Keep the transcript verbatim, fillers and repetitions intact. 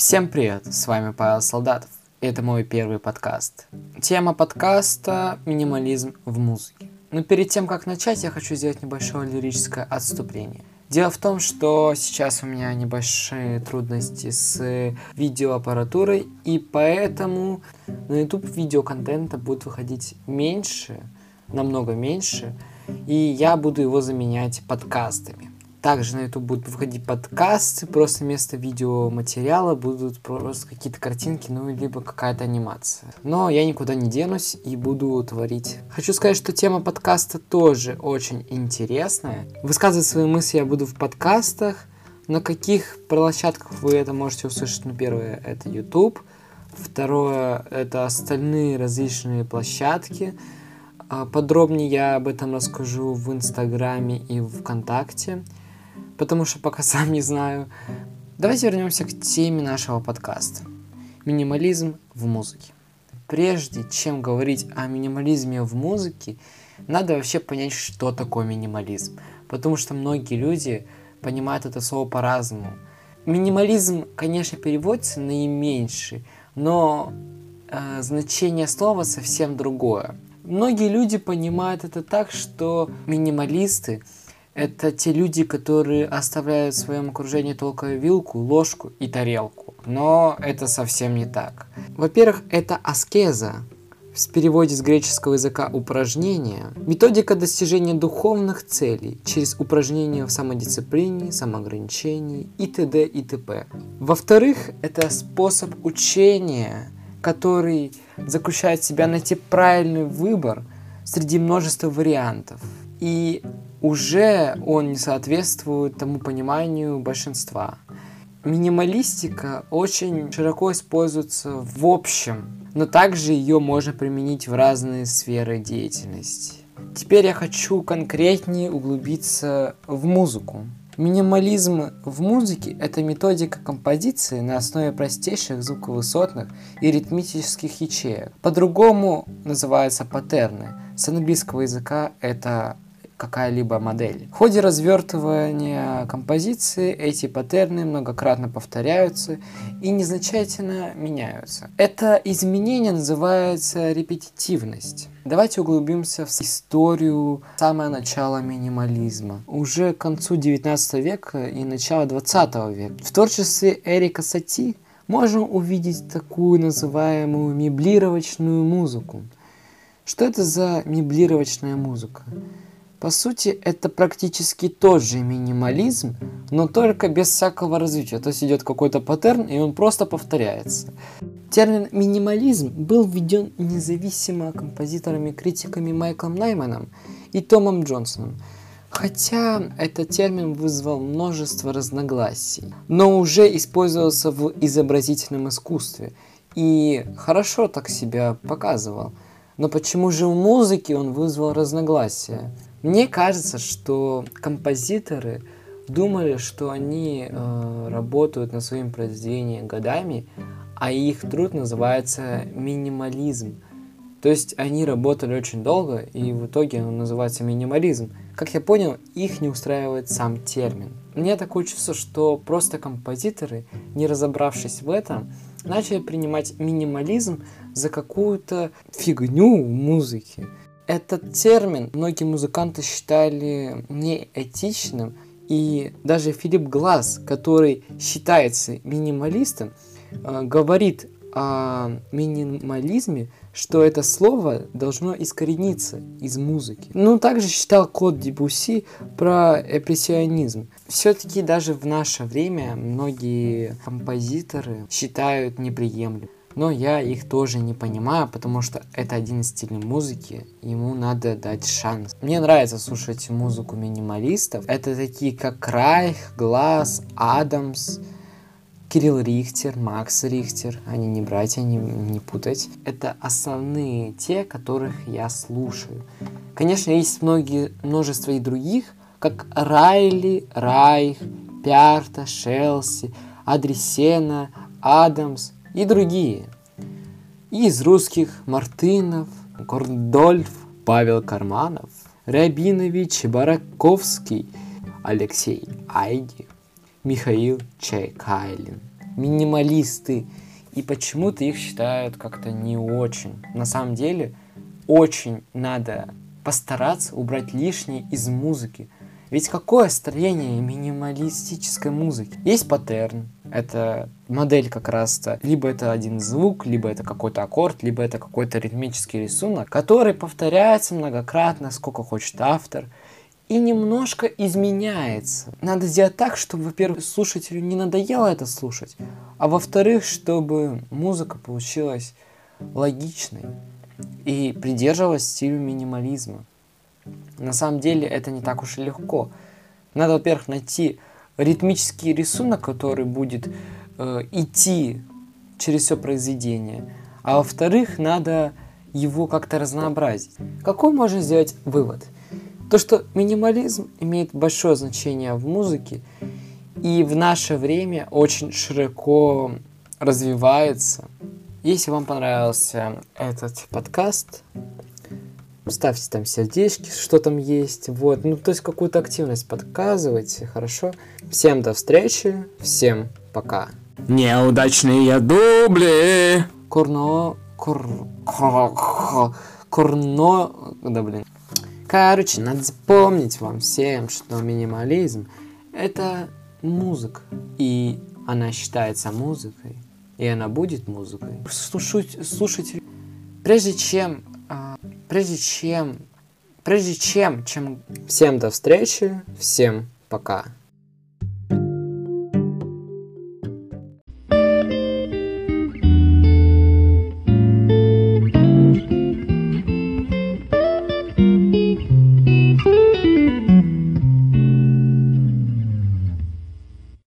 Всем привет, с вами Павел Солдатов, и это мой первый подкаст. Тема подкаста – минимализм в музыке. Но перед тем, как начать, я хочу сделать небольшое лирическое отступление. Дело в том, что сейчас у меня небольшие трудности с видеоаппаратурой, и поэтому на YouTube видеоконтента будет выходить меньше, намного меньше, и я буду его заменять подкастами. Также на YouTube будут выходить подкасты, просто вместо видеоматериала будут просто какие-то картинки, ну, либо какая-то анимация. Но я никуда не денусь и буду творить. Хочу сказать, что тема подкаста тоже очень интересная. Высказывать свои мысли я буду в подкастах. На каких площадках вы это можете услышать? Ну, первое, это YouTube. Второе, это остальные различные площадки. Подробнее я об этом расскажу в Инстаграме и ВКонтакте, потому что пока сам не знаю. Давайте вернемся к теме нашего подкаста. Минимализм в музыке. Прежде чем говорить о минимализме в музыке, надо вообще понять, что такое минимализм. Потому что многие люди понимают это слово по-разному. Минимализм, конечно, переводится наименьший, но э, значение слова совсем другое. Многие люди понимают это так, что минималисты – это те люди, которые оставляют в своем окружении только вилку, ложку и тарелку. Но это совсем не так. Во-первых, это аскеза. В переводе с греческого языка упражнение. Методика достижения духовных целей через упражнения в самодисциплине, самоограничении и т.д. и т.п. Во-вторых, это способ учения, который заключает в себя найти правильный выбор среди множества вариантов. И уже он не соответствует тому пониманию большинства. Минималистика очень широко используется в общем, но также ее можно применить в разные сферы деятельности. Теперь я хочу конкретнее углубиться в музыку. Минимализм в музыке – это методика композиции на основе простейших звуковысотных и ритмических ячеек. По-другому называются паттерны. С английского языка это какая-либо модель. В ходе развертывания композиции эти паттерны многократно повторяются и незначительно меняются. Это изменение называется репетитивность. Давайте углубимся в историю самого начала минимализма. Уже к концу девятнадцатого века и начала двадцатого века. В творчестве Эрика Сати можно увидеть такую называемую меблировочную музыку. Что это за меблировочная музыка? По сути, это практически тот же минимализм, но только без всякого развития. То есть идет какой-то паттерн, и он просто повторяется. Термин минимализм был введен независимо композиторами-критиками Майклом Найманом и Томом Джонсоном. Хотя этот термин вызвал множество разногласий, но уже использовался в изобразительном искусстве и хорошо так себя показывал. Но почему же в музыке он вызвал разногласия? Мне кажется, что композиторы думали, что они э, работают над своим произведением годами, а их труд называется минимализм. То есть они работали очень долго, и в итоге он называется минимализм. Как я понял, их не устраивает сам термин. Мне такое чувство, что просто композиторы, не разобравшись в этом, начали принимать минимализм за какую-то фигню в музыке. Этот термин многие музыканты считали неэтичным, и даже Филипп Гласс, который считается минималистом, э, говорит о минимализме, что это слово должно искорениться из музыки. Ну, также считал Клод Дебюсси про импрессионизм. Все-таки даже в наше время многие композиторы считают неприемлемым. Но я их тоже не понимаю, потому что это один из стилей музыки, ему надо дать шанс. Мне нравится слушать музыку минималистов. Это такие как Райх, Гласс, Адамс, Кирилл Рихтер, Макс Рихтер. Они не братья, не, не путать. Это основные те, которых я слушаю. Конечно, есть многие, множество и других, как Райли, Райх, Пярта, Шелси, Адресена, Адамс и другие. И из русских Мартынов, Гордольф, Павел Карманов, Рябинович, Бараковский, Алексей Айди, Михаил Чайкайлин. минималисты, и почему-то их считают как-то не очень. На самом деле, очень надо постараться убрать лишнее из музыки. Ведь какое строение минималистической музыки? Есть паттерн, это модель как раз-то, либо это один звук, либо это какой-то аккорд, либо это какой-то ритмический рисунок, который повторяется многократно, сколько хочет автор, и немножко изменяется. Надо сделать так, чтобы, во-первых, слушателю не надоело это слушать, а во-вторых, чтобы музыка получилась логичной и придерживалась стилю минимализма. На самом деле это не так уж и легко. Надо, во-первых, найти ритмический рисунок, который будет э, идти через все произведение, а во-вторых, надо его как-то разнообразить. Какой можно сделать вывод? То, что минимализм имеет большое значение в музыке и в наше время очень широко развивается. Если вам понравился этот подкаст, ставьте там сердечки, что там есть, вот, ну, то есть какую-то активность подказывайте, хорошо? Всем до встречи, всем пока. Неудачные дубли! Курно... Кур... Курно... Да, блин. Короче, надо запомнить вам всем, что минимализм — это музыка, и она считается музыкой, и она будет музыкой. Слушать, слушайте, прежде чем... Прежде чем, прежде чем, чем... Всем до встречи, всем пока.